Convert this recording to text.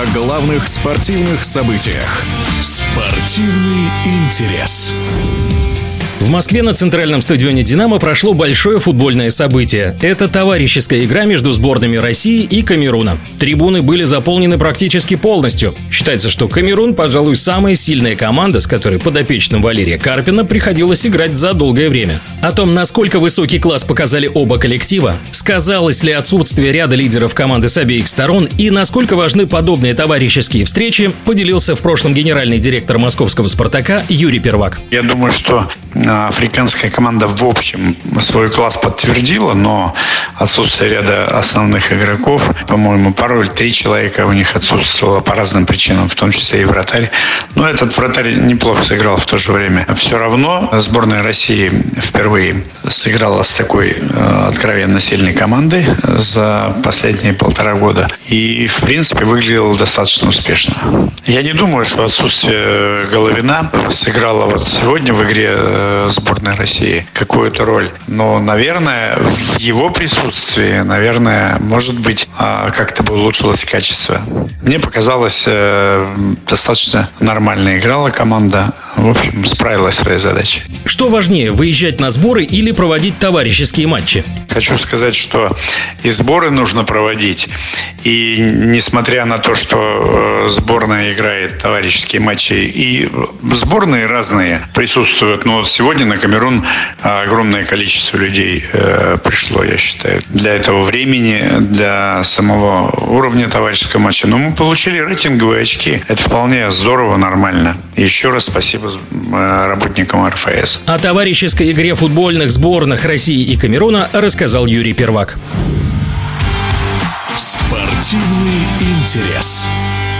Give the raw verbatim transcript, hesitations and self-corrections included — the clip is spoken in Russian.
о главных спортивных событиях. Спортивный интерес. В Москве на центральном стадионе «Динамо» прошло большое футбольное событие. Это товарищеская игра между сборными России и Камеруна. Трибуны были заполнены практически полностью. Считается, что Камерун, пожалуй, самая сильная команда, с которой подопечным Валерия Карпина приходилось играть за долгое время. О том, насколько высокий класс показали оба коллектива, сказалось ли отсутствие ряда лидеров команды с обеих сторон и насколько важны подобные товарищеские встречи, поделился в прошлом генеральный директор московского «Спартака» Юрий Первак. Я думаю, что африканская команда в общем свой класс подтвердила, но отсутствие ряда основных игроков, по-моему, пару или три человека у них отсутствовало по разным причинам, в том числе и вратарь. Но этот вратарь неплохо сыграл в то же время. Все равно сборная России впервые сыграла с такой э, откровенно сильной командой за последние полтора года. И, в принципе, выглядела достаточно успешно. Я не думаю, что отсутствие Головина сыграло вот сегодня в игре э, сборной России какую-то роль. Но, наверное, в его присутствии, наверное, может быть, э, как-то бы улучшилось качество. Мне показалось, э, достаточно нормально играла команда. В общем, справилась со своей задачей. Что важнее, выезжать на сборы или проводить товарищеские матчи? Хочу сказать, что и сборы нужно проводить. И несмотря на то, что сборная играет товарищеские матчи, и сборные разные присутствуют. Но сегодня на Камерун огромное количество людей пришло, я считаю, для этого времени, для самого уровня товарищеского матча. Но мы получили рейтинговые очки. Это вполне здорово, нормально. И еще раз спасибо работникам эр эф эс. О товарищеской игре футбольных сборных России и Камеруна рассказал Юрий Первак. Спортивный интерес.